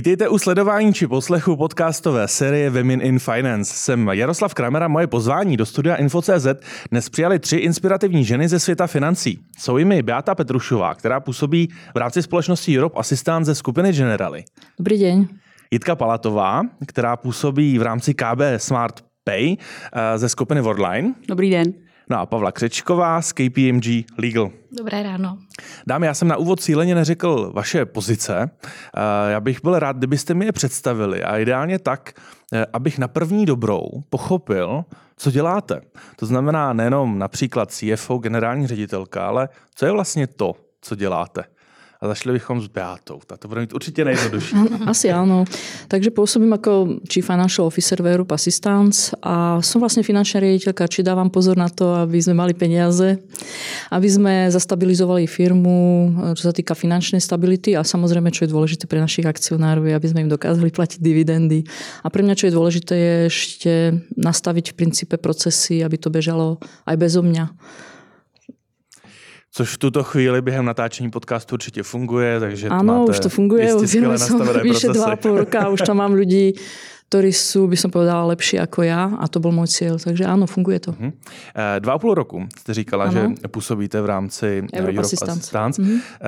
Vítejte u sledování či poslechu podcastové série Women in Finance. Jsem Jaroslav Kramer a moje pozvání do studia Info.cz dnes přijali 3 inspirativní ženy ze světa financí. Jsou jimi Beata Petrušová, která působí v rámci společnosti Europe Assistance ze skupiny Generali. Dobrý deň. Jitka Palatová, která působí v rámci KB Smart Pay ze skupiny Worldline. Dobrý den. No a Pavla Křečková z KPMG Legal. Dobré ráno. Dámy, já jsem na úvod cíleně neřekl vaše pozice. Já bych byl rád, kdybyste mi je představili a ideálně tak, abych na první dobrou pochopil, co děláte. To znamená nejenom například CFO, generální ředitelka, ale co je vlastně to, co děláte. A zašli bychom s Beatou. To bude mít určite nejjednodušší. Asi áno. Takže pôsobím ako Chief Financial Officer v Europe Assistance a som vlastne finančná riaditeľka, či dávam pozor na to, aby sme mali peniaze, aby sme zastabilizovali firmu, čo sa týka finančnej stability a samozrejme, čo je dôležité pre našich akcionárov, aby sme im dokázali platiť dividendy. A pre mňa, čo je dôležité, je ešte nastaviť v princípe procesy, aby to bežalo aj bezo mňa. Což v tuto chvíli během natáčení podcastu určitě funguje, takže áno, máte už to funguje. skvěle nastavené vyše procesy. 2,5 roka a už tam mám ľudí, ktorí sú, by som povedala, lepší ako ja a to bol môj cieľ. Takže áno, funguje to. 2,5 roku jste říkala, ano. Že působíte v rámci Europe Assistance.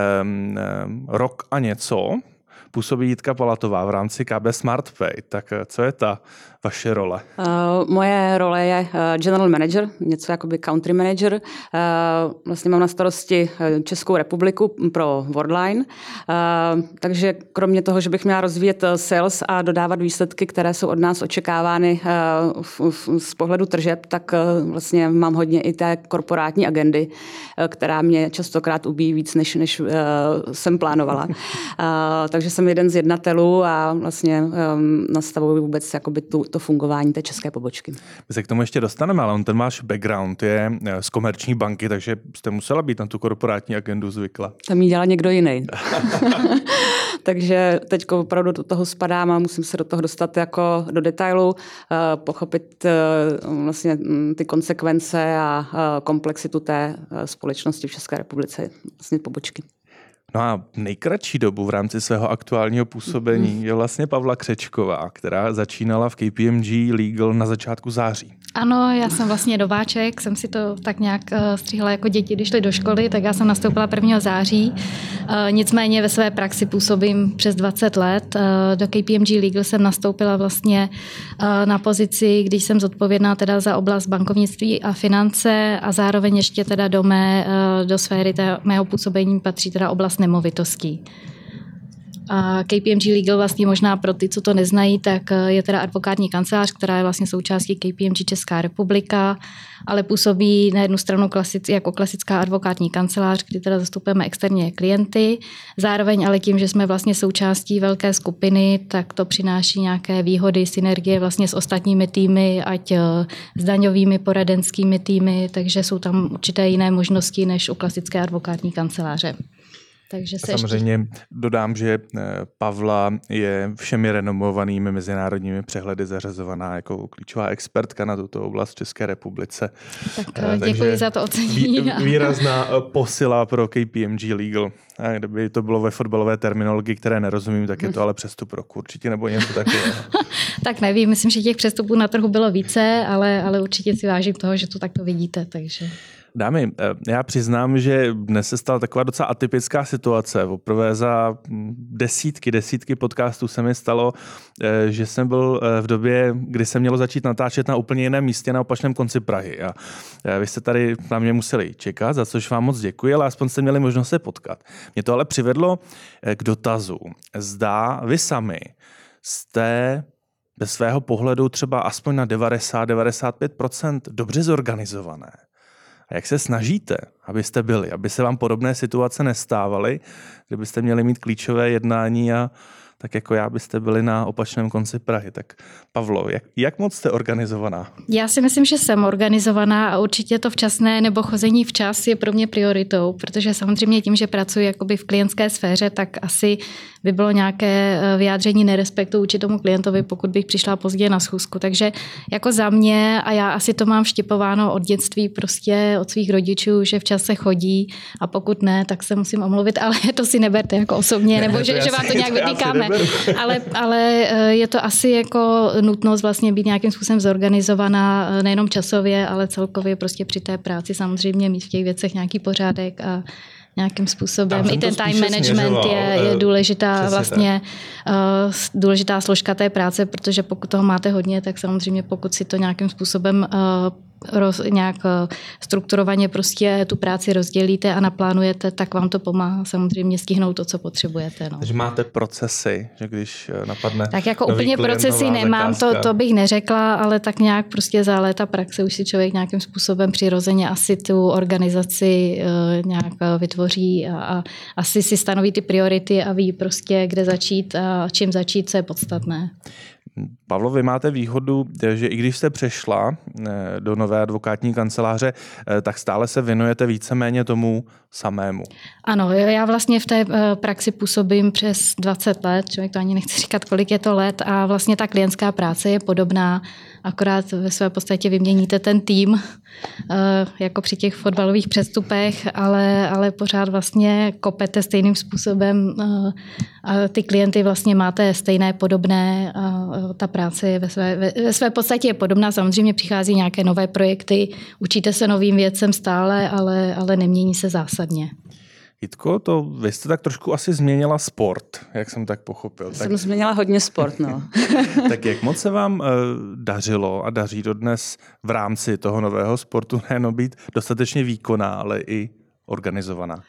Rok a něco působí Jitka Palatová v rámci KB Smart Pay. Tak co je ta vaše role? Moje role je general manager, něco jakoby country manager. Vlastně mám na starosti Českou republiku pro Worldline. Takže kromě toho, že bych měla rozvíjet sales a dodávat výsledky, které jsou od nás očekávány z pohledu tržeb, tak vlastně mám hodně i té korporátní agendy, která mě častokrát ubíjí víc, než jsem plánovala. Takže jsem jeden z jednatelů a vlastně nastavuji vůbec jakoby to fungování té české pobočky. My se k tomu ještě dostaneme, ale ten váš background je z komerční banky, takže jste musela být na tu korporátní agendu zvykla. Tam ji dělá někdo jiný. Takže teď opravdu do toho spadám a musím se do toho dostat jako do detailu, pochopit vlastně ty konsekvence a komplexitu té společnosti v České republice, vlastně pobočky. No a nejkratší dobu v rámci svého aktuálního působení je vlastně Pavla Křečková, která začínala v KPMG Legal na začátku září. Ano, já jsem vlastně nováček, jsem si to tak nějak stříhala jako děti, když šli do školy, tak já jsem nastoupila 1. září. Nicméně ve své praxi působím přes 20 let. Do KPMG Legal jsem nastoupila vlastně na pozici, když jsem zodpovědná teda za oblast bankovnictví a finance a zároveň ještě teda do sféry mého působení patří teda oblast nemovitostí. A KPMG Legal vlastně možná pro ty, co to neznají, tak je teda advokátní kancelář, která je vlastně součástí KPMG Česká republika, ale působí na jednu stranu jako klasická advokátní kancelář, kdy teda zastupujeme externě klienty. Zároveň ale tím, že jsme vlastně součástí velké skupiny, tak to přináší nějaké výhody, synergie vlastně s ostatními týmy, ať s daňovými poradenskými týmy, takže jsou tam určité jiné možnosti než u klasické advokátní kanceláře. Takže samozřejmě dodám, že Pavla je všemi renomovanými mezinárodními přehledy zařazovaná jako klíčová expertka na tuto oblast v České republice. Tak děkuji za to ocenění. Výrazná posila pro KPMG Legal. A kdyby to bylo ve fotbalové terminologii, které nerozumím, tak je to ale přestup roku určitě nebo něco takového. Tak nevím, myslím, že těch přestupů na trhu bylo více, ale určitě si vážím toho, že to takto vidíte. Takže. Dámy, já přiznám, že dnes se stala taková docela atypická situace. Poprvé za desítky podcastů se mi stalo, že jsem byl v době, kdy se mělo začít natáčet na úplně jiném místě na opačném konci Prahy. A vy jste tady na mě museli čekat, za což vám moc děkuji, ale aspoň jste měli možnost se potkat. Mě to ale přivedlo k dotazu. Zda vy sami jste ze svého pohledu třeba aspoň na 90-95% dobře zorganizované. A jak se snažíte, abyste byli, aby se vám podobné situace nestávaly, kdybyste měli mít klíčové jednání a tak jako já byste byli na opačném konci Prahy. Tak Pavlo, jak moc jste organizovaná? Já si myslím, že jsem organizovaná a určitě to včasné nebo chození včas je pro mě prioritou, protože samozřejmě tím, že pracuji jakoby v klientské sféře, tak asi by bylo nějaké vyjádření nerespektu vůči tomu klientovi, pokud bych přišla pozdě na schůzku. Takže jako za mě, a já asi to mám štipováno od dětství, prostě od svých rodičů, že včas se chodí a pokud ne, tak se musím omluvit, ale to si neberte jako osobně, nebo že vám to nějak vytýkáme. Ale je to asi jako nutnost vlastně být nějakým způsobem zorganizovaná, nejenom časově, ale celkově prostě při té práci samozřejmě mít v těch věcech nějaký pořádek a nějakým způsobem. I ten time management je důležitá vlastně důležitá složka té práce, protože pokud toho máte hodně, tak samozřejmě pokud si to nějakým způsobem nějak strukturovaně prostě tu práci rozdělíte a naplánujete, tak vám to pomáhá samozřejmě stihnout to, co potřebujete. No. Takže máte procesy, že když napadne tak jako úplně procesy nemám, to bych neřekla, ale tak nějak prostě za léta praxe už si člověk nějakým způsobem přirozeně asi tu organizaci nějak vytvoří a asi si stanoví ty priority a ví prostě, kde začít a čím začít, co je podstatné. Pavlo, vy máte výhodu, že i když jste přešla do nové advokátní kanceláře, tak stále se věnujete víceméně tomu samému. Ano, já vlastně v té praxi působím přes 20 let, člověk to ani nechce říkat, kolik je to let a vlastně ta klientská práce je podobná, akorát ve své podstatě vyměníte ten tým, jako při těch fotbalových přestupech, ale pořád vlastně kopete stejným způsobem a ty klienty vlastně máte stejné, podobné a ta práce je ve své podstatě je podobná. Samozřejmě přichází nějaké nové projekty, učíte se novým věcem stále, ale nemění se zásadně. Jitko, vy jste tak trošku asi změnila sport, jak jsem tak pochopil. Jsem změnila hodně sport, no. Tak jak moc se vám dařilo a daří dodnes v rámci toho nového sportu nejen být dostatečně výkonná, ale i organizovaná?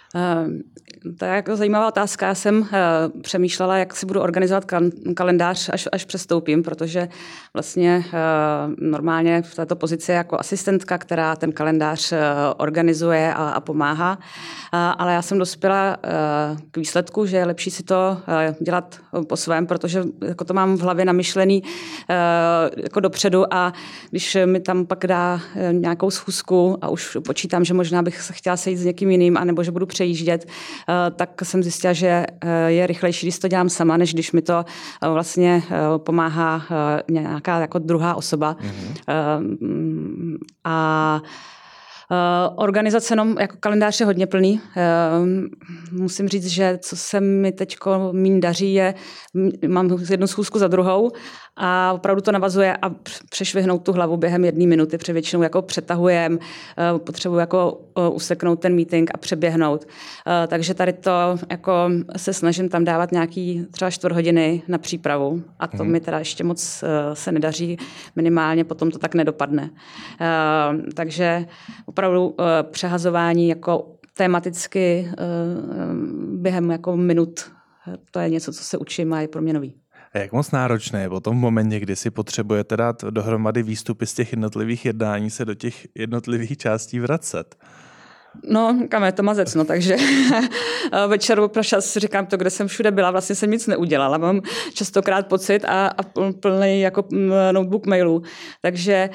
To je jako zajímavá otázka. Já jsem přemýšlela, jak si budu organizovat kalendář, až přestoupím, protože vlastně normálně v této pozici jako asistentka, která ten kalendář organizuje a pomáhá. Ale já jsem dospěla k výsledku, že je lepší si to dělat po svém, protože jako to mám v hlavě namyšlený jako dopředu a když mi tam pak dá nějakou schůzku a už počítám, že možná bych se chtěla sejít s někým jiným, anebo že budu přejíždět, tak jsem zjistila, že je rychlejší, když to dělám sama, než když mi to vlastně pomáhá nějaká jako druhá osoba. A organizace, jako kalendář je hodně plný. Musím říct, že co se mi teďko míň daří, je, mám jednu schůzku za druhou a opravdu to navazuje a přešvihnout tu hlavu během 1 minuty, protože většinou jako přetahujem, potřebuji jako useknout ten meeting a přeběhnout. Takže tady to jako se snažím tam dávat nějaký třeba 4 hodiny na přípravu a to mi teda ještě moc se nedaří, minimálně potom to tak nedopadne. Takže opravdu přehazování jako tematicky během jako minut, to je něco, co se učím a je pro mě nový. A jak moc náročné je potom v momentě, kdy si potřebujete dát dohromady výstupy z těch jednotlivých jednání, se do těch jednotlivých částí vracet? No, kam je to mazec, no, takže večer oprašas si říkám to, kde jsem všude byla, vlastně jsem nic neudělala, mám častokrát pocit a plný jako notebook mailů, takže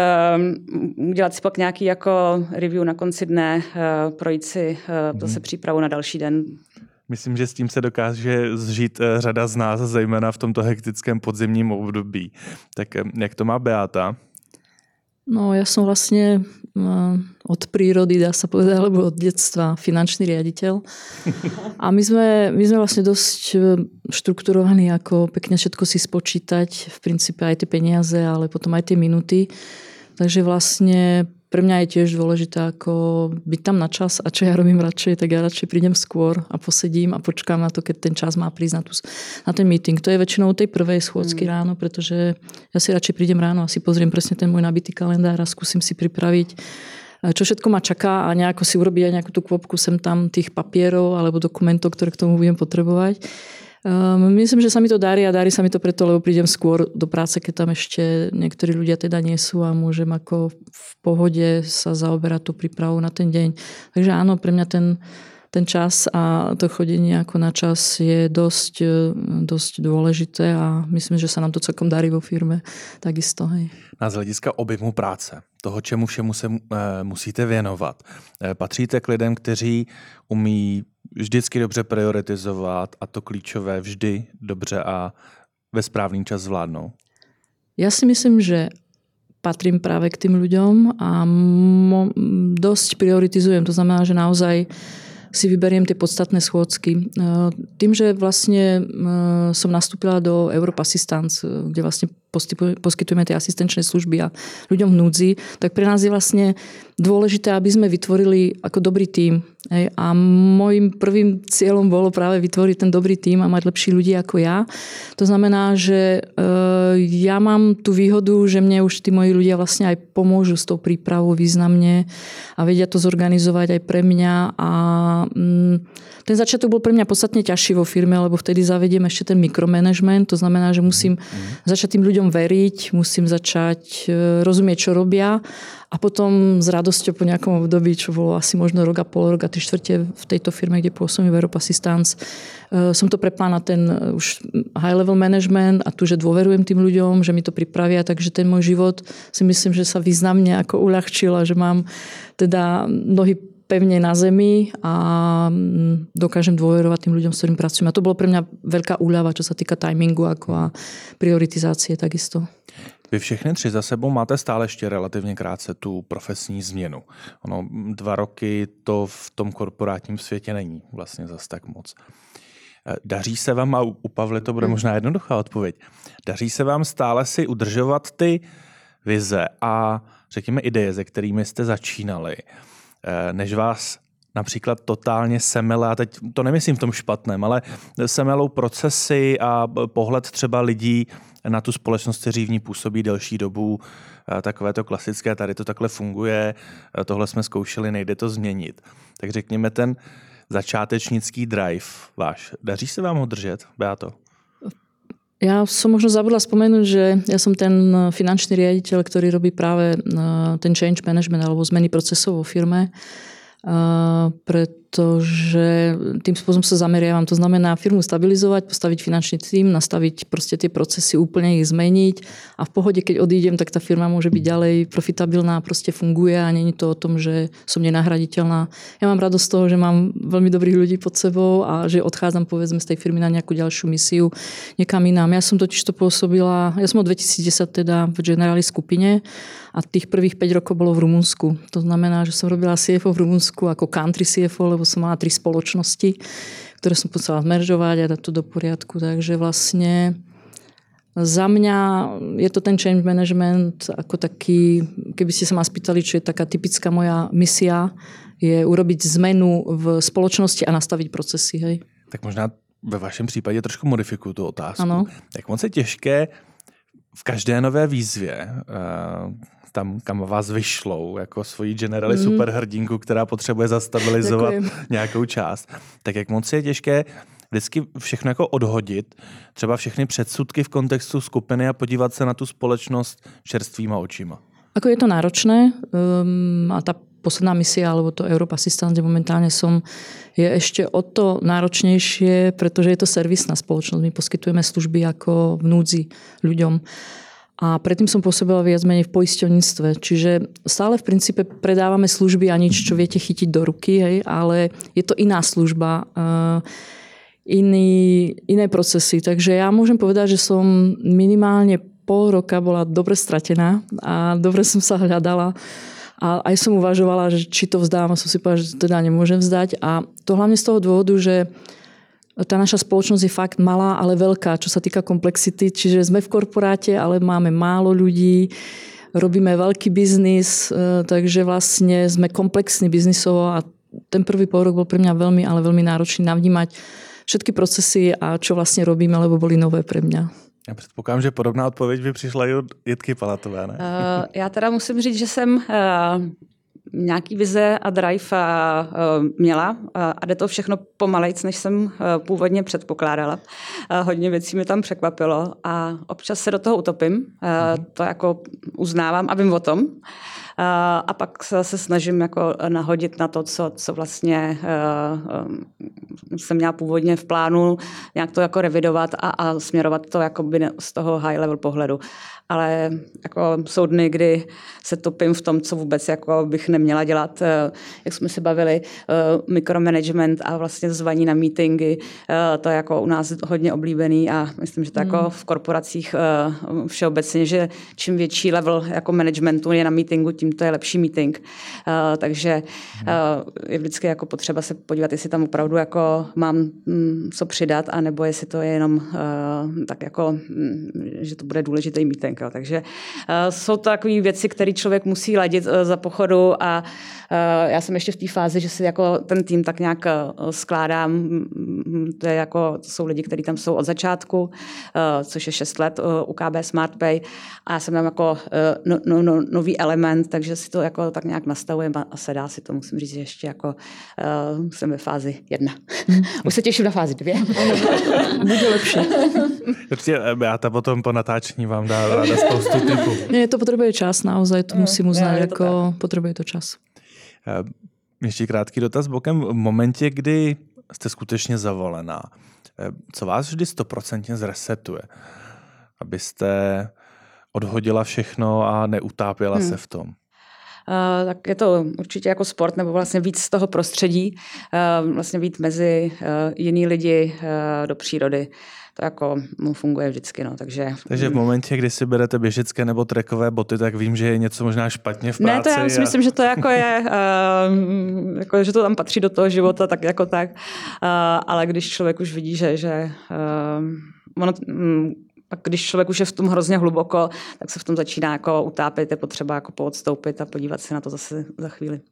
udělat si pak nějaký jako review na konci dne, projít si zase přípravu na další den. Myslím, že s tím se dokáže zžít řada z nás, zejména v tomto hektickém podzimním období. Tak jak to má Beata? No, ja som vlastne od prírody, dá sa povedať, alebo od detstva finančný riaditeľ. A my sme vlastne dosť štrukturovaní, ako pekne všetko si spočítať, v princípe aj tie peniaze, ale potom aj tie minuty. Takže vlastne pre mňa je tiež dôležité ako byť tam na čas a čo ja robím radšej, tak ja radšej prídem skôr a posedím a počkám na to, keď ten čas má prísť na ten meeting. To je väčšinou tej prvej schôdzky ráno, pretože ja si radšej prídem ráno a si pozriem presne ten môj nabitý kalendár a skúsim si pripraviť, čo všetko ma čaká a nejako si urobiť aj nejakú tú kvopku sem tam tých papierov alebo dokumentov, ktoré k tomu budem potrebovať. Myslím, že sa mi to darí a darí sa mi to preto, lebo prídem skôr do práce, keď tam ešte niektorí ľudia teda nie sú a môžem ako v pohode sa zaoberať tú prípravu na ten deň. Takže áno, pre mňa ten čas a to chodenie ako na čas je dosť dôležité a myslím, že sa nám to celkom darí vo firme. Takisto. Hej. Na z hlediska objemu práce, toho, čemu všemu se musíte věnovat. Patříte k lidem, kteří umí vždycky dobře prioritizovat a to klíčové vždy dobře a ve správný čas zvládnout? Ja si myslím, že patrím práve k tým ľuďom a dosť prioritizujem. To znamená, že naozaj si vyberiem tie podstatné schôdzky. Tým, že vlastne som nastúpila do Europe Assistance, kde vlastne poskytujeme tie asistenčné služby a ľuďom v núdzi, tak pre nás je vlastne dôležité, aby sme vytvorili ako dobrý tím. A môjim prvým cieľom bolo práve vytvoriť ten dobrý tím a mať lepší ľudí ako ja. To znamená, že ja mám tú výhodu, že mne už tí moji ľudia vlastne aj pomôžu s tou prípravou významne a vedia to zorganizovať aj pre mňa. A ten začiatok bol pre mňa podstatne ťažší vo firme, lebo vtedy zavediem ešte ten mikromanagement. To znamená, že musím začať tým ľuďom veriť, musím začať rozumieť, čo robia a potom s radosťou po nejakom období, čo bolo asi možno rok a pol, rok a 3/4 v tejto firme, kde pôsobím v Europe Assistance, som to prepla na ten už high level management a tu, že dôverujem tým ľuďom, že mi to pripravia, takže ten môj život si myslím, že sa významne ako uľahčil a že mám teda nohy pevne na zemi a dokážem dôverovať tým ľuďom, s ktorým pracujem. A to bolo pre mňa veľká úľava, čo sa týka timingu ako a prioritizácie takisto. Vy všechny tři za sebou máte stále ještě relativně krátce tu profesní změnu. 2 roky to v tom korporátním světě není vlastně zas tak moc. Daří se vám, a u Pavly to bude možná jednoduchá odpověď, daří se vám stále si udržovat ty vize a řekněme ideje, se kterými jste začínali, než vás například totálně semele, a teď to nemyslím v tom špatném, ale semelou procesy a pohled třeba lidí na tu společnost, kteří v ní působí delší dobu, takové to klasické, tady to takhle funguje, tohle jsme zkoušeli, nejde to změnit. Tak řekněme ten začátečnický drive váš. Daří se vám ho držet, Beato? Ja som možno zabudla spomenúť, že ja som ten finančný riaditeľ, ktorý robí práve ten change management alebo zmeny procesov vo firme, pretože tým spôsobom sa zameriavam. To znamená firmu stabilizovať, postaviť finančný tím, nastaviť proste tie procesy, úplne ich zmeniť a v pohode, keď odídem, tak tá firma môže byť ďalej profitabilná, proste funguje a nie je to o tom, že som nenahraditeľná. Ja mám radosť z toho, že mám veľmi dobrých ľudí pod sebou a že odchádzam povedzme z tej firmy na nejakú ďalšiu misiu niekam inám. Ja som totiž to pôsobila, ja som od 2010 teda v Generali skupine a tých prvých 5 rokov bolo v Rumunsku. To znamená, že som robila CFO v Rumunsku ako country CFO, lebo som mala 3 spoločnosti, ktoré som musela zmeržovať a dať to do poriadku. Takže vlastne za mňa je to ten change management ako taký, keby ste sa ma spýtali, čo je taká typická moja misia, je urobiť zmenu v spoločnosti a nastaviť procesy. Hej. Tak možná ve vašem případě trošku modifikuju tu otázku. Ano. Jak moc je těžké v každé nové výzvě, tam, kam vás vyšlou, jako svoji generali superhrdinku, která potřebuje zastabilizovat nějakou část, tak jak moc je těžké vždycky všechno jako odhodit, třeba všechny předsudky v kontextu skupiny a podívat se na tu společnost čerstvýma očima. Ako je to náročné a tá posledná misia, alebo to Europe Assistance, kde momentálne som, je ešte o to náročnejšie, pretože je to servisná spoločnosť. My poskytujeme služby ako v núdzi ľuďom. A predtým som pôsobila viac menej v poisťovníctve. Čiže stále v princípe predávame služby a nič, čo viete chytiť do ruky, hej, ale je to iná služba, iné procesy. Takže ja môžem povedať, že som minimálne pol roka bola dobre stratená a dobre som sa hľadala. A aj som uvažovala, že či to vzdám, a som si povedala, že to teda nemôžem vzdať. A to hlavne z toho dôvodu, že tá naša spoločnosť je fakt malá, ale veľká, čo sa týka komplexity. Čiže sme v korporáte, ale máme málo ľudí, robíme veľký biznis, takže vlastne sme komplexní biznisovo a ten prvý pol rok bol pre mňa veľmi, ale veľmi náročný navnímať všetky procesy a čo vlastne robíme, lebo boli nové pre mňa. Já předpokládám, že podobná odpověď by přišla i od Jitky Palatové, ne? Já teda musím říct, že jsem nějaký vize a drive měla a jde to všechno pomalejc, než jsem původně předpokládala. Hodně věcí mi tam překvapilo a občas se do toho utopím. To jako uznávám a vím o tom. a pak se snažím jako nahodit na to, co vlastně jsem měla původně v plánu, nějak to jako revidovat a směrovat to jakoby z toho high level pohledu. Ale jako jsou dny, kdy se topím v tom, co vůbec jako bych neměla dělat, jak jsme se bavili, mikromanagement a vlastně zvaní na meetingy, to je jako u nás hodně oblíbený a myslím, že to jako v korporacích všeobecně, že čím větší level jako managementu je na meetingu, tím to je lepší meeting. Takže je vždycky jako potřeba se podívat, jestli tam opravdu jako mám co přidat, anebo jestli to je jenom tak jako, že to bude důležitý meeting. Takže jsou to takové věci, které člověk musí ladit za pochodu a já jsem ještě v té fázi, že si jako ten tým tak nějak skládám. To jsou lidi, kteří tam jsou od začátku, což je 6 let u KB SmartPay a já jsem tam jako nový element, takže si to jako tak nějak nastavujem a se dá si to, musím říct, že ještě jako jsem ve fázi 1. Už se těším na fázi 2. Bude lepší. Beata potom po natáčení vám dá ráda spoustu typů. Nie, to potrebuje čas, naozaj to musím uznať, jako potrebuje to čas. Ještě krátký dotaz bokem. V momentě, kdy jste skutečně zavolená, co vás vždy 100% zresetuje? Abyste odhodila všechno a neutápěla se v tom. Tak je to určitě jako sport, nebo vlastně víc z toho prostředí, vlastně víc mezi jiný lidi do přírody. To jako funguje vždycky, no, takže v momentě, kdy si berete běžecké nebo trekové boty, tak vím, že je něco možná špatně v práci. Ne, to já si myslím, že to jako je, jako, že to tam patří do toho života, tak jako tak, ale když člověk už vidí, že ono, pak když člověk už je v tom hrozně hluboko, tak se v tom začíná jako utápět, je potřeba jako poodstoupit a podívat se na to zase za chvíli.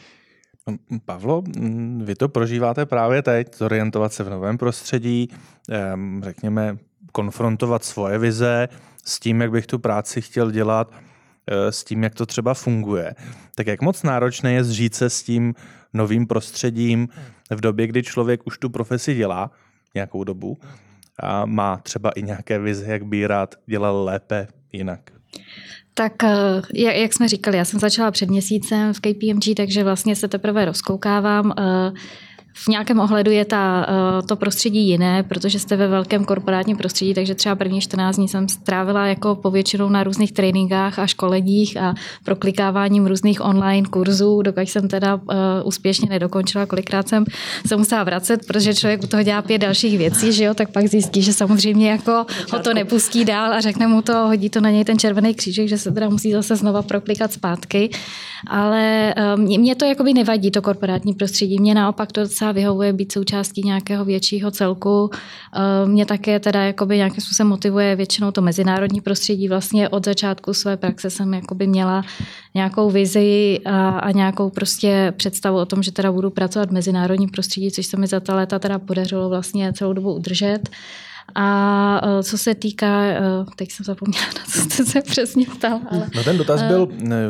Pavlo, vy to prožíváte právě teď, zorientovat se v novém prostředí, řekněme, konfrontovat svoje vize s tím, jak bych tu práci chtěl dělat, s tím, jak to třeba funguje. Tak jak moc náročné je zžít se s tím novým prostředím v době, kdy člověk už tu profesi dělá nějakou dobu a má třeba i nějaké vize, jak by rád dělal lépe jinak? Tak jak jsme říkali, já jsem začala před měsícem v KPMG, takže vlastně se teprve rozkoukávám. V nějakém ohledu je to prostředí jiné, protože jste ve velkém korporátním prostředí, takže třeba první 14 dní jsem strávila jako povětšinou na různých tréninkách a školeních a proklikáváním různých online kurzů, dokud jsem teda úspěšně nedokončila, kolikrát jsem se musela vracet, protože člověk u toho dělá 5 dalších věcí, že jo, tak pak zjistí, že samozřejmě jako ho to nepustí dál a řekne mu to, hodí to na něj ten červený křížek, že se teda musí zase znova proklikat zpátky. Ale mě to jakoby nevadí, to korporátní prostředí. Mě naopak to docela vyhovuje být součástí nějakého většího celku. Mě také teda jakoby nějakým způsobem motivuje většinou to mezinárodní prostředí. Vlastně od začátku své praxe jsem jakoby měla nějakou vizi a nějakou prostě představu o tom, že teda budu pracovat v mezinárodním prostředí, což se mi za ta léta teda podařilo vlastně celou dobu udržet. A co se týká, teď jsem zapomněla, na co jste se přesně ptala. Ale, no ten dotaz byl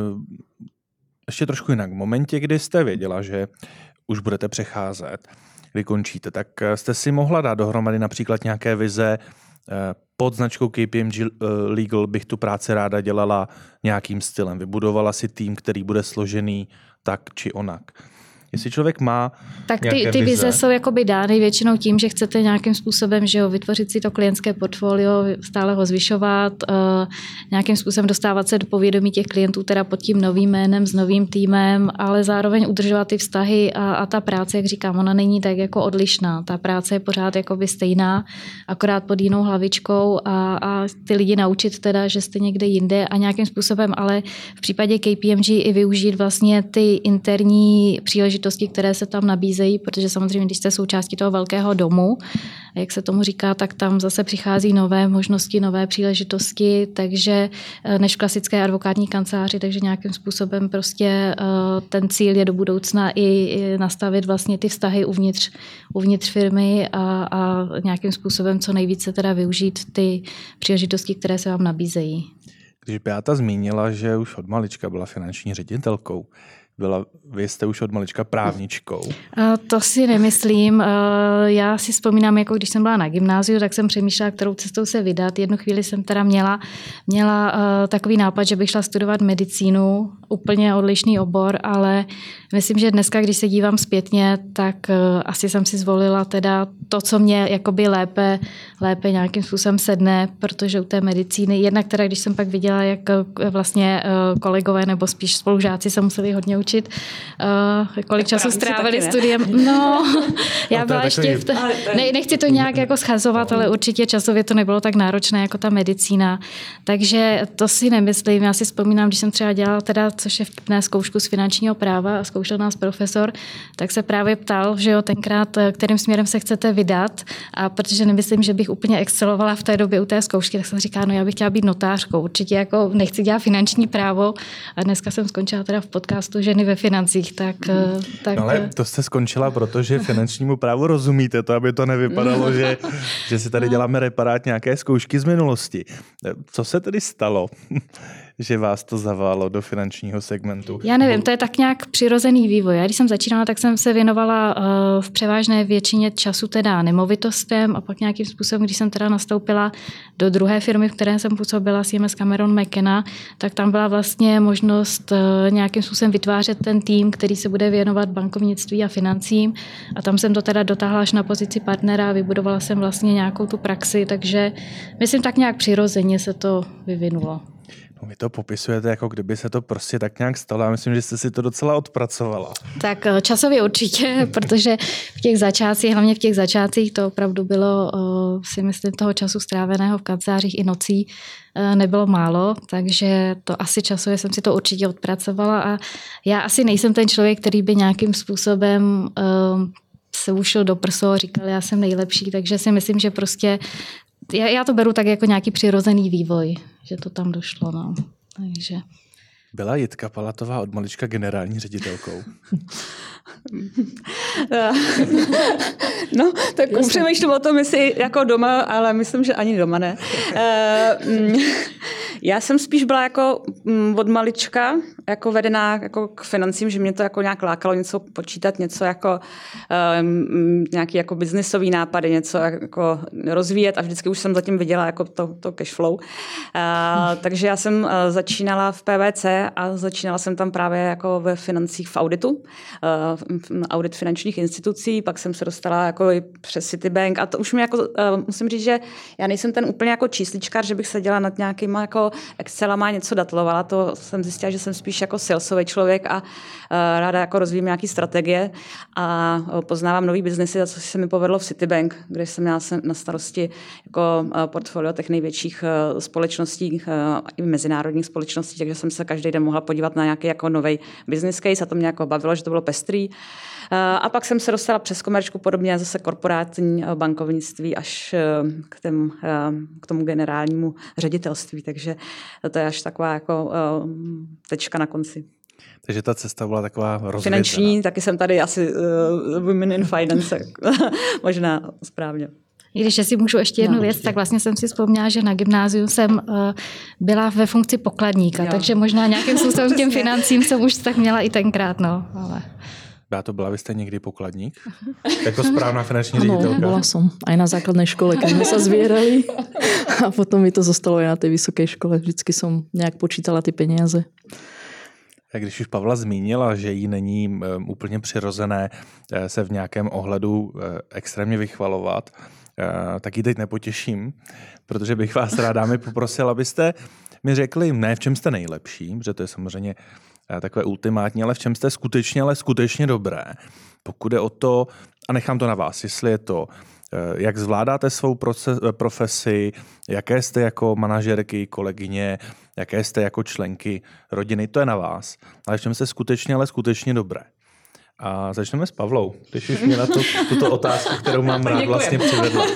ještě trošku jinak. V momentě, kdy jste věděla, že už budete přecházet, kdy končíte, tak jste si mohla dát dohromady například nějaké vize pod značkou KPMG Legal bych tu práci ráda dělala nějakým stylem. Vybudovala si tým, který bude složený tak či onak. Jestli člověk má tak ty vize jsou jakoby dány většinou tím, že chcete nějakým způsobem, že jo, vytvořit si to klientské portfolio, stále ho zvyšovat, nějakým způsobem dostávat se do povědomí těch klientů teda pod tím novým jménem, s novým týmem, ale zároveň udržovat ty vztahy a ta práce, jak říkám, ona není tak jako odlišná. Ta práce je pořád jakoby stejná, akorát pod jinou hlavičkou a ty lidi naučit teda, že jste někde jinde a nějakým způsobem, ale v případě KPMG i využít vlastně ty interní příležitosti, které se tam nabízejí, protože samozřejmě, když jste součástí toho velkého domu, jak se tomu říká, tak tam zase přichází nové možnosti, nové příležitosti, takže než v klasické advokátní kanceláři, takže nějakým způsobem prostě ten cíl je do budoucna i nastavit vlastně ty vztahy uvnitř firmy a nějakým způsobem co nejvíce teda využít ty příležitosti, které se vám nabízejí. Když Beata zmínila, že už od malička byla finanční ředitelkou, Vy jste už od malička právničkou. To si nemyslím. Já si vzpomínám, jako když jsem byla na gymnáziu, tak jsem přemýšlela, kterou cestou se vydat. Jednu chvíli jsem teda měla takový nápad, že bych šla studovat medicínu, úplně odlišný obor, ale myslím, že dneska, když se dívám zpětně, tak asi jsem si zvolila teda to, co mě jakoby lépe nějakým způsobem sedne, protože u té medicíny, jednak teda, když jsem pak viděla, jak vlastně kolegové nebo spíš spolužáci se museli hodně učit, kolik času strávili studiem. No, já byla ještě nechci to nějak jako schazovat, ale určitě časově to nebylo tak náročné jako ta medicína. Takže to si nemyslím. Já si vzpomínám, když jsem třeba dělala teda, což je vtipné, zkoušku z finančního práva a zkoušel nás profesor, tak se právě ptal, že jo, tenkrát, kterým směrem se chcete vydat, a protože nemyslím, že bych úplně excelovala v té době u té zkoušky, tak jsem říkala, no já bych chtěla být notářkou. Určitě jako nechci dělat finanční právo a dneska jsem skončila teda v podcastu Ženy ve financích, tak no ale to jste skončila, protože finančnímu právu rozumíte to, aby to nevypadalo, že si tady děláme reparát nějaké zkoušky z minulosti. Co se tedy stalo, že vás to zaválo do finančního segmentu? Já nevím, to je tak nějak přirozený vývoj. Já když jsem začínala, tak jsem se věnovala v převážné většině času teda nemovitostem a pak nějakým způsobem, když jsem teda nastoupila do druhé firmy, v které jsem působila, CMS Cameron McKenna, tak tam byla vlastně možnost nějakým způsobem vytvářet ten tým, který se bude věnovat bankovnictví a financím, a tam jsem to teda dotáhla až na pozici partnera a vybudovala jsem vlastně nějakou tu praxi, takže myslím tak nějak přirozeně se to vyvinulo. No, vy to popisujete, jako kdyby se to prostě tak nějak stalo. Já myslím, že jste si to docela odpracovala. Tak časově určitě, protože hlavně v těch začátcích to opravdu bylo, si myslím, toho času stráveného v kancelářích i nocí nebylo málo, takže to asi časově jsem si to určitě odpracovala a já asi nejsem ten člověk, který by nějakým způsobem se ušel do prso a říkal, já jsem nejlepší, takže si myslím, že prostě já to beru tak jako nějaký přirozený vývoj, že to tam došlo. No. Takže. Byla Jitka Palatová od malička generální ředitelkou? No, tak přemýšlím o tom, jestli jako doma, ale myslím, že ani doma ne. Já jsem spíš byla jako od malička jako vedená jako k financím, že mě to jako nějak lákalo něco počítat, něco jako nějaký jako biznisový nápady, něco jako rozvíjet a vždycky už jsem zatím viděla jako to cash flow. Takže já jsem začínala v PwC a začínala jsem tam právě jako ve financích v auditu, audit finančních institucí, pak jsem se dostala jako i přes Citibank a to už mi jako, musím říct, že já nejsem ten úplně jako čísličkář, že bych seděla nad nějakýma jako Excelama něco datlovala, to jsem zjistila, že jsem spíš jako salesový člověk a ráda jako rozvíjím nějaký strategie a poznávám nový biznesy, za co se mi povedlo v Citibank, kde jsem měla na starosti jako portfolio těch největších společností i mezinárodních společností, takže jsem se každý den mohla podívat na nějaký jako nový business case a to mě jako bavilo, že to bylo pestrý. A pak jsem se dostala přes komerčku, podobně zase korporátní bankovnictví až k tomu generálnímu ředitelství, takže to je až taková jako tečka na konci. Takže ta cesta byla taková rozvětvená. Finanční, taky jsem tady asi Women in Finance, možná správně. Když si můžu ještě jednu věc, tak vlastně jsem si vzpomněla, že na gymnáziu jsem byla ve funkci pokladníka, takže možná nějakým způsobem těm financím jsem už tak měla i tenkrát, no. Ale... Vy jste někdy pokladník? Jako správná finanční ředitelka? Áno, bola som. Aj na základnej škole, keď sme sa zvierali. A potom mi to zostalo aj na tej vysokej škole. Vždycky som nejak počítala ty peniaze. Když už Pavla zmínila, že jí není úplně přirozené se v nějakém ohledu extrémně vychvalovat, tak ji teď nepotěším, protože bych vás rád, dámy, poprosil, abyste mi řekli, ne v čem jste nejlepší, protože to je samozřejmě takové ultimátní, ale v čem jste skutečně dobré. Pokud je o to, a nechám to na vás, jestli je to, jak zvládáte svou profesi, jaké jste jako manažerky, kolegyně, jaké jste jako členky rodiny, to je na vás. Ale v čem jste skutečně dobré. A začneme s Pavlou, když už mě na tuto otázku, kterou mám rád, vlastně přivedla.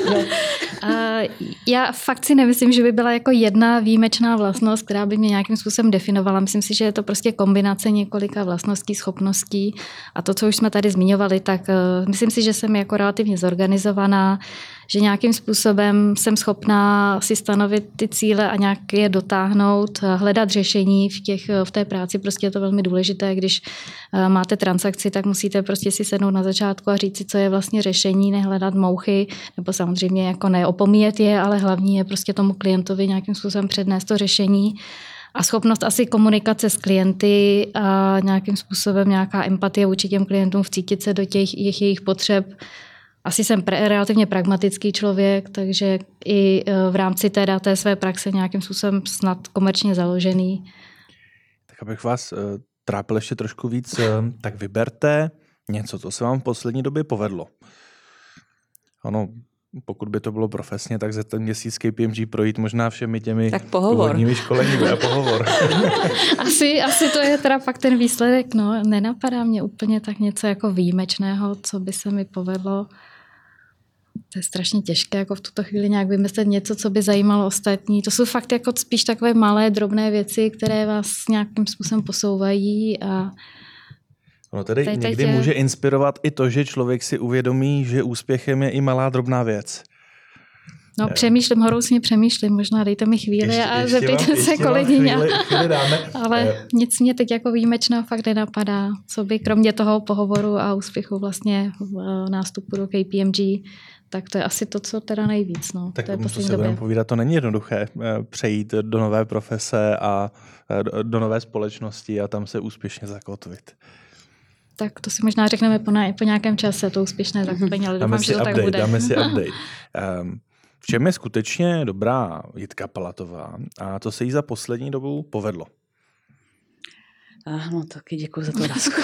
Já fakt si nemyslím, že by byla jako jedna výjimečná vlastnost, která by mě nějakým způsobem definovala. Myslím si, že je to prostě kombinace několika vlastností, schopností a to, co už jsme tady zmiňovali, tak myslím si, že jsem jako relativně zorganizovaná, že nějakým způsobem jsem schopná si stanovit ty cíle a nějak je dotáhnout, hledat řešení v té práci. Prostě je to velmi důležité, když máte transakci, tak musíte prostě si sednout na začátku a říct si, co je vlastně řešení, nehledat mouchy, nebo samozřejmě jako neopomíjet je, ale hlavní je prostě tomu klientovi nějakým způsobem přednést to řešení. A schopnost asi komunikace s klienty a nějakým způsobem nějaká empatie vůči těm klientům, vcítit se do těch jejich potřeb. Asi jsem relativně pragmatický člověk, takže i v rámci té své praxe nějakým způsobem snad komerčně založený. Tak abych vás trápil ještě trošku víc, tak vyberte něco, co se vám v poslední době povedlo. Ano, pokud by to bylo profesně, tak za ten měsíc KPMG projít možná všemi těmi úvodními školeními a pohovor. asi to je teda fakt ten výsledek. No, nenapadá mě úplně tak něco jako výjimečného, co by se mi povedlo. To je strašně těžké jako v tuto chvíli nějak vymyslet něco, co by zajímalo ostatní. To jsou fakt jako spíš takové malé, drobné věci, které vás nějakým způsobem posouvají a no tedy někdy může inspirovat i to, že člověk si uvědomí, že úspěchem je i malá drobná věc. No horoucně přemýšlím, možná dejte mi chvíli a zeptejte se kolegyně. Ale nic mě teď jako výjimečného fakt nenapadá, co by kromě toho pohovoru a úspěchu vlastně nástupu do KPMG, tak to je asi to, co teda nejvíc. No. Tak to se budeme povídat, to není jednoduché přejít do nové profese a do nové společnosti a tam se úspěšně zakotvit. Tak to si možná řekneme po nějakém čase, to úspěšné zakotvení, ale doufám, že to tak bude. Dáme si update. V čem je skutečně dobrá Jitka Palatová a to se jí za poslední dobu povedlo? No taky děkuji za tu otázku.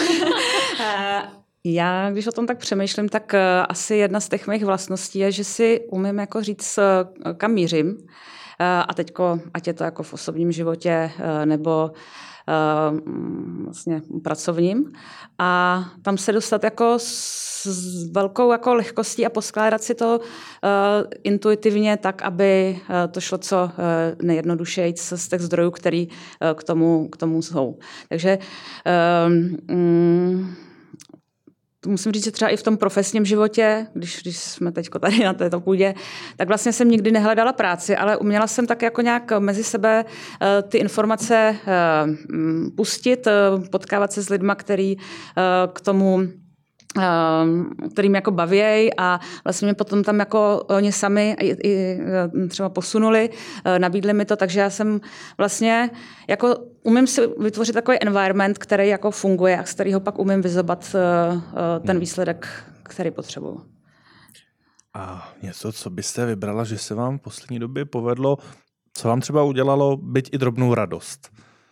Já, když o tom tak přemýšlím, tak asi jedna z těch mých vlastností je, že si umím jako říct, kam mířím. A teďko, ať je to jako v osobním životě nebo vlastně pracovním. A tam se dostat jako s velkou jako lehkostí a poskládat si to intuitivně tak, aby to šlo co nejjednodušeji z těch zdrojů, který k tomu jsou. Takže musím říct, že třeba i v tom profesním životě, když jsme teď tady na této půdě, tak vlastně jsem nikdy nehledala práci, ale uměla jsem tak jako nějak mezi sebe ty informace pustit, potkávat se s lidma, který k tomu kterým jako bavěj a vlastně mě potom tam jako oni sami i třeba posunuli, nabídli mi to, takže já jsem vlastně jako umím si vytvořit takový environment, který jako funguje a z kterého pak umím vyzobat ten výsledek, který potřebuju. A něco, co byste vybrala, že se vám v poslední době povedlo, co vám třeba udělalo byť i drobnou radost?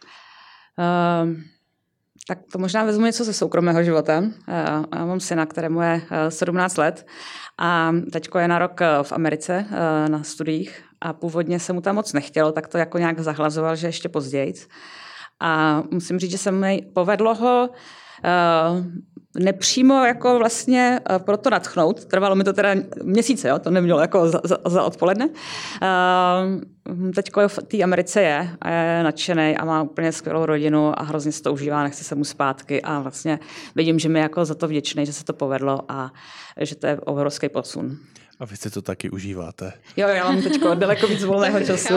Tak to možná vezmu něco ze soukromého života. Já mám syna, kterému je 17 let a teďko je na rok v Americe na studiích a původně se mu tam moc nechtělo, tak to jako nějak zahlazoval, že ještě později. A musím říct, že se mi povedlo ho nepřímo jako vlastně proto nadchnout. Trvalo mi to teda měsíce, jo? To nemělo jako za odpoledne. Teďko v té Americe je a je nadšenej a má úplně skvělou rodinu a hrozně si to užívá, nechce se mu zpátky a vlastně vidím, že mi jako za to vděčný, že se to povedlo a že to je obrovský posun. A vy si to taky užíváte? Jo, já mám teďko daleko víc volného času.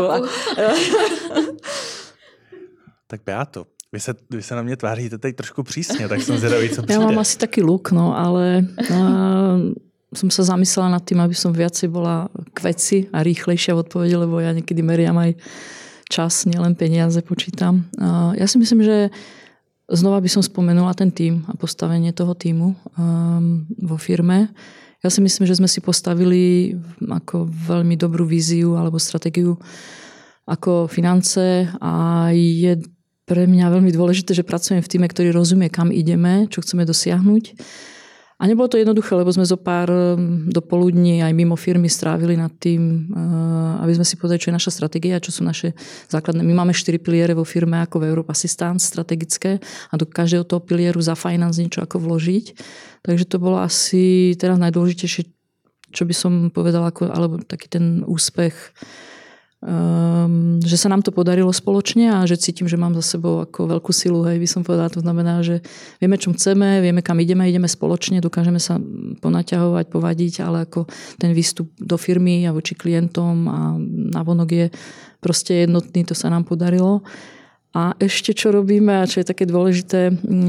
Tak Beato, vy se na mě tváříte teď trošku přísně, tak jsem zvědavý, co přijde. Ja mám asi taký look, no, ale som sa zamyslela nad tým, aby som viacej bola k veci a rýchlejšia v odpovedi, lebo ja niekedy meriam aj čas, nielen peniaze počítam. Ja si myslím, že znova by som spomenula ten tím a postavenie toho tímu vo firme. Ja si myslím, že sme si postavili ako veľmi dobrú víziu alebo stratégiu ako finance a je pre mňa veľmi dôležité, že pracujem v týme, ktorý rozumie, kam ideme, čo chceme dosiahnuť. A nebolo to jednoduché, lebo sme zo pár dopoludní aj mimo firmy strávili nad tým, aby sme si povedali, čo je naša stratégia, čo sú naše základné. My máme 4 piliere vo firme ako v Europe Assistance strategické a do každého toho pilieru za finance niečo ako vložiť. Takže to bolo asi teraz najdôležitejšie, čo by som povedala, alebo taký ten úspech že sa nám to podarilo spoločne a že cítim, že mám za sebou ako veľkú silu, hej, by som povedala. To znamená, že vieme, čo chceme, vieme, kam ideme spoločne, dokážeme sa ponaťahovať, povadiť, ale ako ten výstup do firmy a voči klientom a navonok je proste jednotný, to sa nám podarilo. A ešte čo robíme a čo je také dôležité,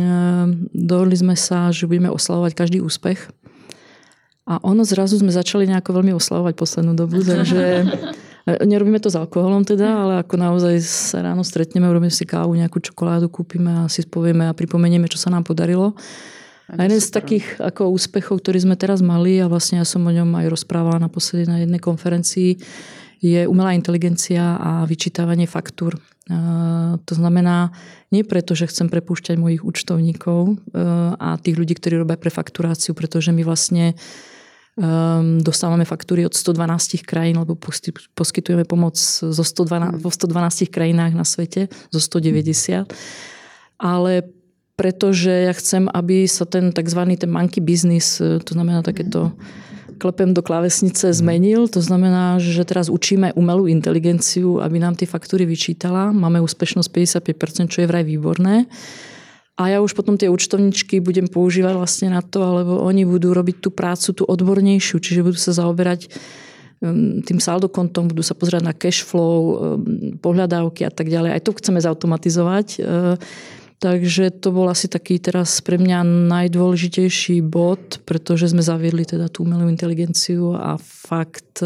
dohodli sme sa, že budeme oslavovať každý úspech. A ono zrazu sme začali nejako veľmi oslavovať poslednú dobu, takže nerobíme to s alkoholom teda, ale ako naozaj sa ráno stretneme, urobíme si kávu, nejakú čokoládu kúpime a si spovieme a pripomenieme, čo sa nám podarilo. A jeden z takých ako úspechov, ktorý sme teraz mali a vlastne ja som o ňom aj rozprávala naposledy na jednej konferencii, je umelá inteligencia a vyčítavanie faktúr. To znamená, nie preto, že chcem prepúšťať mojich účtovníkov a tých ľudí, ktorí robia prefakturáciu, pretože my vlastne dostávame faktúry od 112 krajín, lebo poskytujeme pomoc vo 112 krajinách na svete, zo 190. Ale pretože ja chcem, aby sa ten takzvaný ten monkey business, to znamená takéto klepem do klávesnice, zmenil. To znamená, že teraz učíme umelú inteligenciu, aby nám tie faktúry vyčítala. Máme úspešnosť 55%, čo je vraj výborné. A ja už potom tie účtovničky budem používať vlastne na to, alebo oni budú robiť tú prácu, tú odbornejšiu, čiže budú sa zaoberať tým saldokontom, budú sa pozerať na cash flow, pohľadávky a tak ďalej. Aj to chceme zautomatizovať. Takže to bol asi taký teraz pre mňa najdôležitejší bod, pretože sme zaviedli teda tú umelú inteligenciu a fakt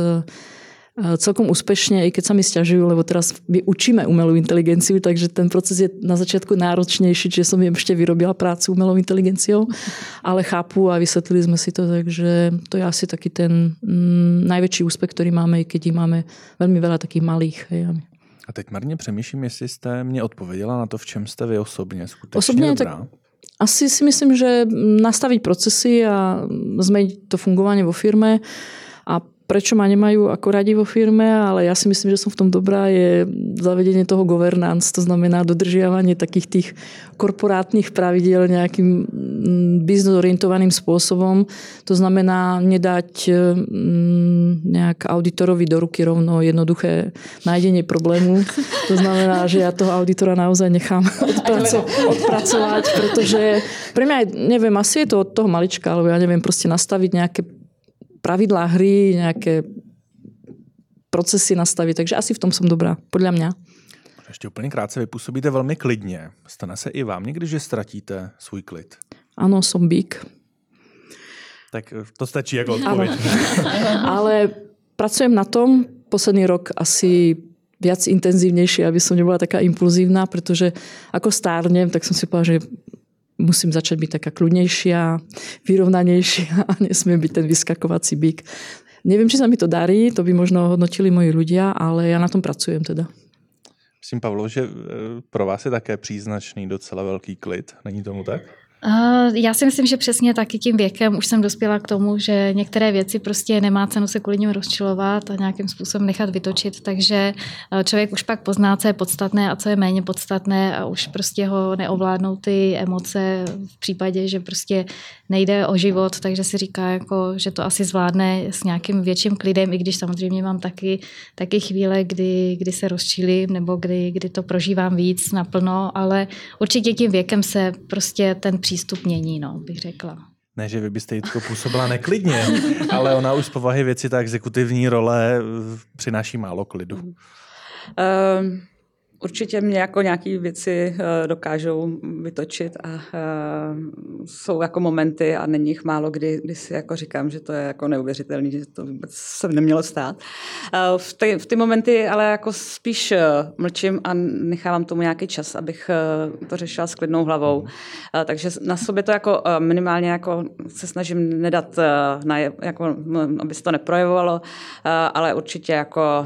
celkom úspešne, aj keď sa mi sťažujú, lebo teraz my učíme umelú inteligenciu, takže ten proces je na začiatku náročnejší, čiže som im ešte vyrobila prácu umelou inteligenciou, ale chápu a vysvetlili sme si to, takže to je asi taký ten najväčší úspech, ktorý máme, keď ich máme veľmi veľa takých malých. Hej. A teď marně přemýšlím, jestli jste mě odpověděla na to, v čem jste vy osobně skutečně osobně dobrá. Tak asi si myslím, že nastaviť procesy a zmeniť to fungovanie vo firme a prečo ma nemajú ako radi vo firme, ale ja si myslím, že som v tom dobrá, je zavedenie toho governance, to znamená dodržiavanie takých tých korporátnych pravidiel nejakým business orientovaným spôsobom. To znamená nedať nejak auditorovi do ruky rovno jednoduché nájdenie problému. To znamená, že ja toho auditora naozaj nechám odpracovať, pretože pre mňa, neviem, asi je to od toho malička, alebo ja neviem, proste nastaviť nejaké pravidlá hry, nejaké procesy nastaviť. Takže asi v tom som dobrá, podľa mňa. Ještě úplně krátce, vy působíte velmi klidně. Stane se i vám někdy, že ztratíte svůj klid? Áno, som bík. Tak to stačí jako odpověď. Ale pracujem na tom posledný rok asi viac intenzívnejšie, aby som nebola taká impulzívna, pretože ako stárnem, tak som si povedala, že musím začať byť taká kľudnejšia, vyrovnanejšia a nesmiem byť ten vyskakovací bík. Neviem, či sa mi to darí, to by možno hodnotili moji ľudia, ale ja na tom pracujem teda. Myslím, Pavlo, že pro vás je také příznačný docela velký klid. Není tomu tak? Já si myslím, že přesně taky tím věkem už jsem dospěla k tomu, že některé věci prostě nemá cenu se kvůli nim rozčilovat a nějakým způsobem nechat vytočit, takže člověk už pak pozná, co je podstatné a co je méně podstatné a už prostě ho neovládnou ty emoce v případě, že prostě nejde o život, takže si říká, jako, že to asi zvládne s nějakým větším klidem, i když samozřejmě mám taky chvíle, kdy se rozčilím nebo kdy to prožívám víc naplno, ale určitě tím věkem se prostě ten přístup mění, no, bych řekla. Ne, že vy byste Jitko působila neklidně, ale ona už z povahy věci, ta exekutivní role přináší málo klidu. Určitě mě jako nějaké věci dokážou vytočit a jsou jako momenty a není jich málo, kdy si jako říkám, že to je jako neuvěřitelný, že to vůbec se nemělo stát. V ty momenty ale jako spíš mlčím a nechávám tomu nějaký čas, abych to řešila s klidnou hlavou. Takže na sobě to jako minimálně jako se snažím nedat, jako, aby se to neprojevovalo, ale určitě jako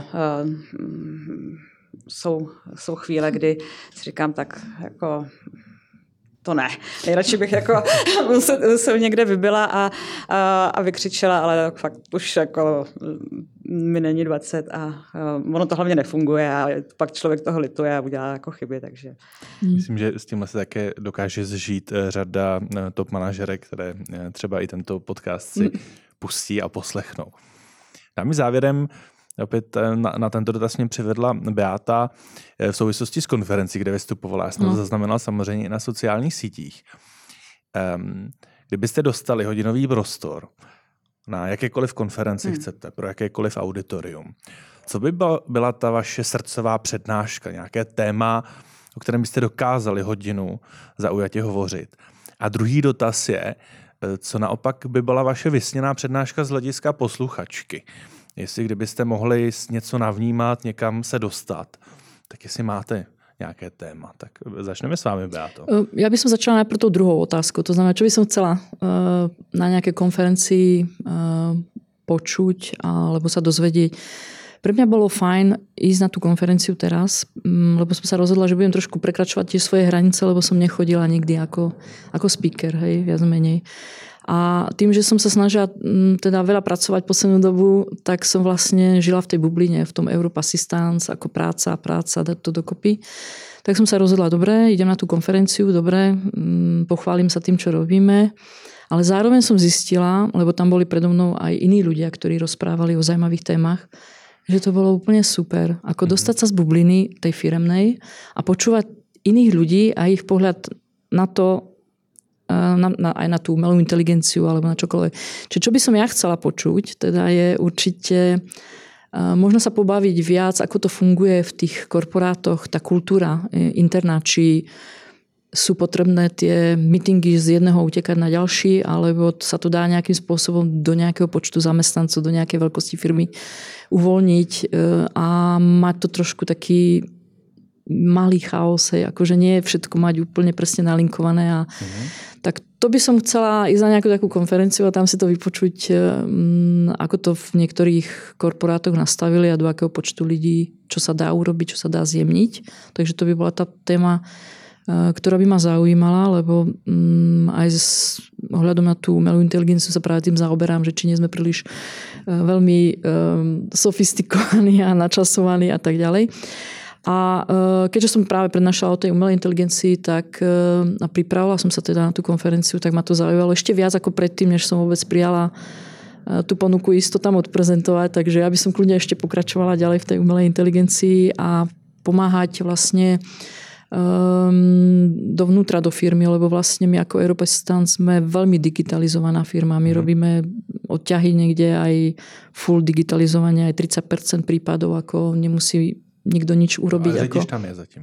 jsou chvíle, kdy si říkám tak jako to ne. Nejradši bych jako se někde vybila a vykřičela, ale fakt už jako mi není 20 a ono to hlavně nefunguje a pak člověk toho lituje a udělá jako chyby, takže. Myslím, že s tímhle se také dokáže zžít řada top manažerek, které třeba i tento podcast si pustí a poslechnou. Dámy závěrem, opět na tento dotaz mě přivedla Beata v souvislosti s konferencí, kde vystupovala. Já jsem to zaznamenal samozřejmě i na sociálních sítích. Kdybyste dostali hodinový prostor na jakékoliv konferenci chcete, pro jakékoliv auditorium, co by byla ta vaše srdcová přednáška, nějaké téma, o kterém byste dokázali hodinu zaujatě hovořit? A druhý dotaz je, co naopak by byla vaše vysněná přednáška z hlediska posluchačky. Jestli kdybyste mohli něco navnímat, někam se dostat, tak jestli máte nějaké téma. Tak začneme s vámi, Beato. Ja by som začala najprv tou druhou otázkou. To znamená, čo by som chcela na nejakej konferencii počuť alebo sa dozvedieť. Pre mňa bolo fajn ísť na tú konferenciu teraz, lebo som sa rozhodla, že budem trošku prekračovať tie svoje hranice, lebo som nechodila nikdy ako speaker, hej, viac menej. A tým, že som sa snažila teda veľa pracovať poslednú dobu, tak som vlastne žila v tej bubline, v tom Europe Assistance, ako práca, dať to dokopy. Tak som sa rozhodla, dobre, idem na tú konferenciu, dobre, pochválim sa tým, čo robíme. Ale zároveň som zistila, lebo tam boli predo mnou aj iní ľudia, ktorí rozprávali o zaujímavých témach, že to bolo úplne super. Ako dostať sa z bubliny tej firemnej a počúvať iných ľudí a ich pohľad na to, aj na tú umelú inteligenciu alebo na čokoľvek. Čiže čo by som ja chcela počuť, teda je určite možno sa pobaviť viac, ako to funguje v tých korporátoch, tá kultúra interná, či sú potrebné tie meetingy z jedného utekať na ďalší, alebo sa to dá nejakým spôsobom do nejakého počtu zamestnancov, do nejakej veľkosti firmy uvoľniť a mať to trošku taký malý chaos, akože nie je všetko mať úplne presne nalinkované. Tak to by som chcela ísť na nejakú takú konferenciu a tam si to vypočuť, ako to v niektorých korporátoch nastavili a do akého počtu ľudí, čo sa dá urobiť, čo sa dá zjemniť. Takže to by bola tá téma, ktorá by ma zaujímala, lebo aj s ohľadom na tú umelú inteligenciu sa práve tým zaoberám, že či nie sme príliš veľmi sofistikovaní a načasovaní a tak ďalej. A keďže som práve prednášala o tej umelej inteligencii, tak a pripravila som sa teda na tú konferenciu, tak ma to zaujalo ešte viac ako predtým, než som vôbec prijala tú ponuku isto tam odprezentovať. Takže ja by som kľudne ešte pokračovala ďalej v tej umelej inteligencii a pomáhať vlastne dovnútra do firmy, lebo vlastne my ako Europe Assistance sme veľmi digitalizovaná firma. My robíme odťahy niekde aj full digitalizovanie, aj 30% prípadov, ako nemusí nikto nič urobiť. Ale řidič tam je zatím.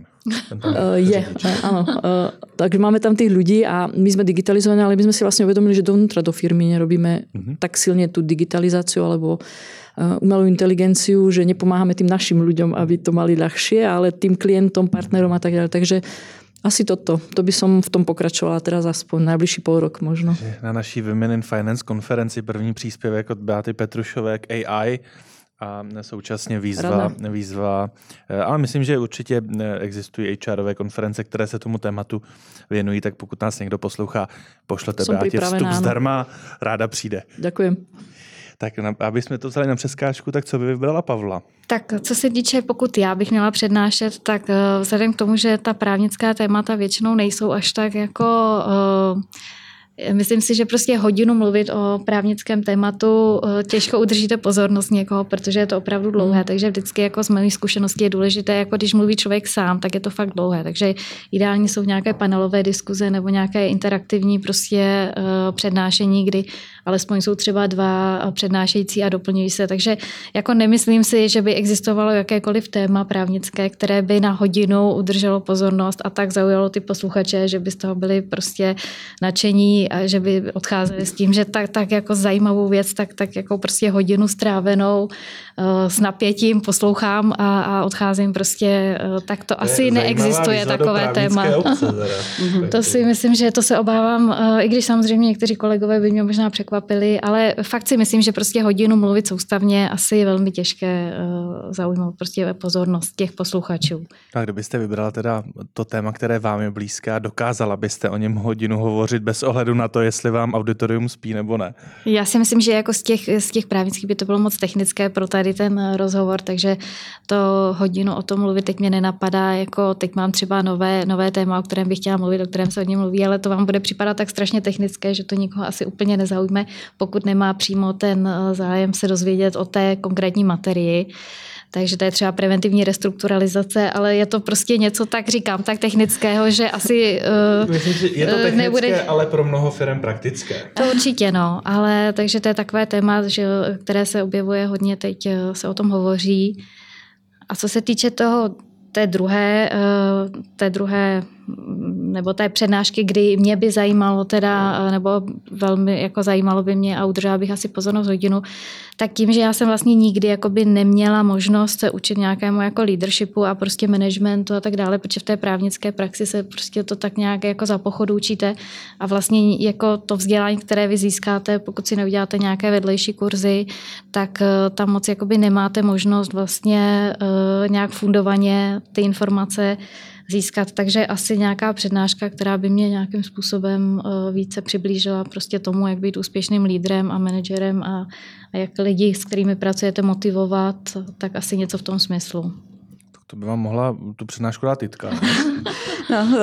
Áno. Takže máme tam tých ľudí a my sme digitalizovaní, ale my sme si vlastne uvedomili, že dovnútra do firmy nerobíme tak silne tú digitalizáciu alebo umelú inteligenciu, že nepomáhame tým našim ľuďom, aby to mali ľahšie, ale tým klientom, partnerom a tak ďalej. Takže asi toto. To by som v tom pokračovala teraz aspoň najbližší pol rok možno. Na naší Women in Finance konferenci první příspěvek od Beaty Petrušové k AI a současně výzva. Ale myslím, že určitě existují HRové konference, které se tomu tématu věnují, tak pokud nás někdo poslouchá, pošlete Beatě vstup zdarma, ráda přijde. Ďakujem. Tak aby jsme to vzali na přeskáčku, tak co by vybrala Pavla? Tak co se týče, pokud já bych měla přednášet, tak vzhledem k tomu, že ta právnická témata většinou nejsou až tak jako... Myslím si, že prostě hodinu mluvit o právnickém tématu těžko udržíte pozornost někoho, protože je to opravdu dlouhé, takže vždycky jako z mé zkušenosti je důležité, jako když mluví člověk sám, tak je to fakt dlouhé, takže ideálně jsou nějaké panelové diskuze nebo nějaké interaktivní prostě přednášení, kdy alespoň jsou třeba dva přednášející a doplňují se, takže jako nemyslím si, že by existovalo jakékoliv téma právnické, které by na hodinu udrželo pozornost a tak zaujalo ty posluchače, že by z toho byli prostě nadšení a že by odcházeli s tím, že tak jako zajímavou věc, tak jako prostě hodinu strávenou s napětím poslouchám a odcházím prostě, tak to asi neexistuje takové téma. To si myslím, že to se obávám, i když samozřejmě někteří kolegové by mě možná překvapili, ale fakt si myslím, že prostě hodinu mluvit soustavně asi je velmi těžké zaujmout prostě pozornost těch posluchačů. A kdybyste vybrala teda to téma, které vám je blízké, dokázala byste o něm hodinu hovořit bez ohledu ohledu na to, jestli vám auditorium spí nebo ne. Já si myslím, že jako z těch právnických by to bylo moc technické pro tady ten rozhovor, takže to hodinu o tom mluvit teď mě nenapadá, jako teď mám třeba nové téma, o kterém bych chtěla mluvit, o kterém se hodně mluví, ale to vám bude připadat tak strašně technické, že to nikoho asi úplně nezaujme, pokud nemá přímo ten zájem se dozvědět o té konkrétní materii. Takže to je třeba preventivní restrukturalizace, ale je to prostě něco, tak říkám, tak technického, že asi myslím, že je to technické, nebude... ale pro mnoho firem praktické. To určitě, no, ale takže to je takové téma, že, které se objevuje hodně, teď se o tom hovoří. A co se týče té druhé nebo té přednášky, kdy mě by zajímalo teda, nebo velmi jako zajímalo by mě a udržela bych asi pozornost hodinu, tak tím, že já jsem vlastně nikdy jakoby neměla možnost se učit nějakému jako leadershipu a prostě managementu a tak dále, protože v té právnické praxi se prostě to tak nějak jako za pochodu učíte a vlastně jako to vzdělání, které vy získáte, pokud si neuděláte nějaké vedlejší kurzy, tak tam moc jakoby nemáte možnost vlastně nějak fundovaně ty informace získat. Takže asi nějaká přednáška, která by mě nějakým způsobem více přiblížila prostě tomu, jak být úspěšným lídrem a manažerem a jak lidi, s kterými pracujete, motivovat, tak asi něco v tom smyslu. To by vám mohla tu přednášku dát Jitka. No,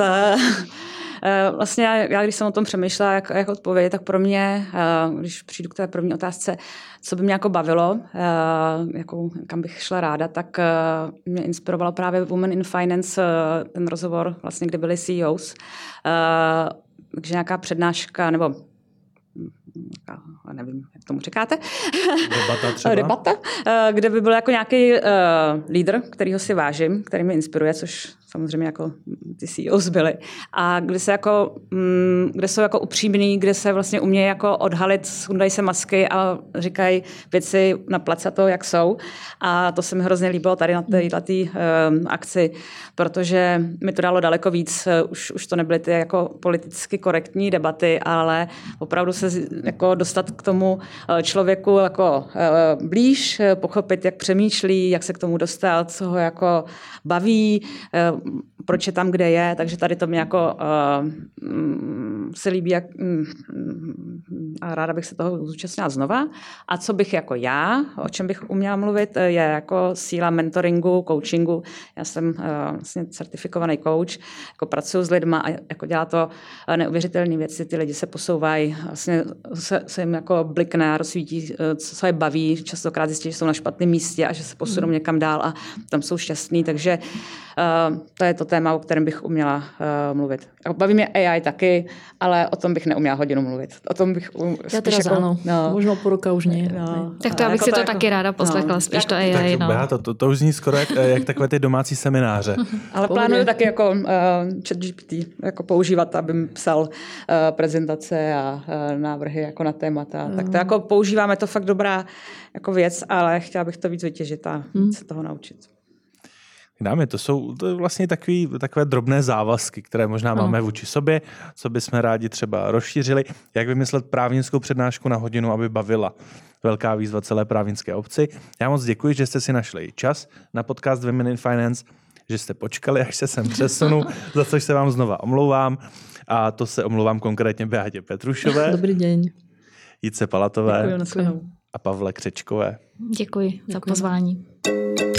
vlastně já, když jsem o tom přemýšlela, jak odpovědět, tak pro mě, když přijdu k té první otázce, co by mě jako bavilo, kam bych šla ráda, tak mě inspirovalo právě Women in Finance, ten rozhovor, vlastně, kde byli CEOs. Takže nějaká přednáška, nebo nevím, jak tomu říkáte. Debata třeba. Debata, kde by byl jako nějaký lídr, kterýho si vážím, který mě inspiruje, což samozřejmě jako ty CEOs byli. A kde jsou jako upřímný, kde se vlastně umějí jako odhalit, sundají se masky a říkají věci na placato, jak jsou. A to se mi hrozně líbilo tady na této akci, protože mi to dalo daleko víc. Už to nebyly ty jako politicky korektní debaty, ale opravdu se jako dostat k tomu člověku jako blíž, pochopit, jak přemýšlí, jak se k tomu dostat, co ho jako baví, proč je tam, kde je, takže tady to mě jako se líbí a ráda bych se toho zúčastnila znova. A co bych jako já, o čem bych uměla mluvit, je jako síla mentoringu, coachingu. Já jsem vlastně certifikovaný coach, jako pracuji s lidma a jako dělá to neuvěřitelné věci, ty lidi se posouvají, vlastně se jim jako blikne a rozsvítí, co je baví, častokrát zjistí, že jsou na špatném místě a že se posunou někam dál a tam jsou šťastní, takže to je to téma, o kterém bych uměla mluvit. Baví mě AI taky, ale o tom bych neuměla hodinu mluvit. O tom bych já teda jako, ano, možná po roka už nie. No. Tak to já bych si to taky ráda poslechla, spíš to AI. To už zní skoro jak takové ty domácí semináře. Ale plánuju taky jako ChatGPT jako používat, aby psal prezentace a návrhy jako na témata. Tak to jako používáme, to fakt dobrá jako věc, ale chtěla bych to víc vytěžit a se toho naučit. Dámy, to jsou vlastně takové drobné závazky, které možná máme vůči sobě, co bychom rádi třeba rozšířili. Jak vymyslet právnickou přednášku na hodinu, aby bavila? Velká výzva celé právnické obci. Já moc děkuji, že jste si našli čas na podcast Women in Finance, že jste počkali, až se sem přesunu, za což se vám znova omlouvám. A to se omlouvám konkrétně Beatě Petrušové. Dobrý deň. Jitce Palatové. Děkuji. A Pavle Křečkové. Děkuji za pozvání.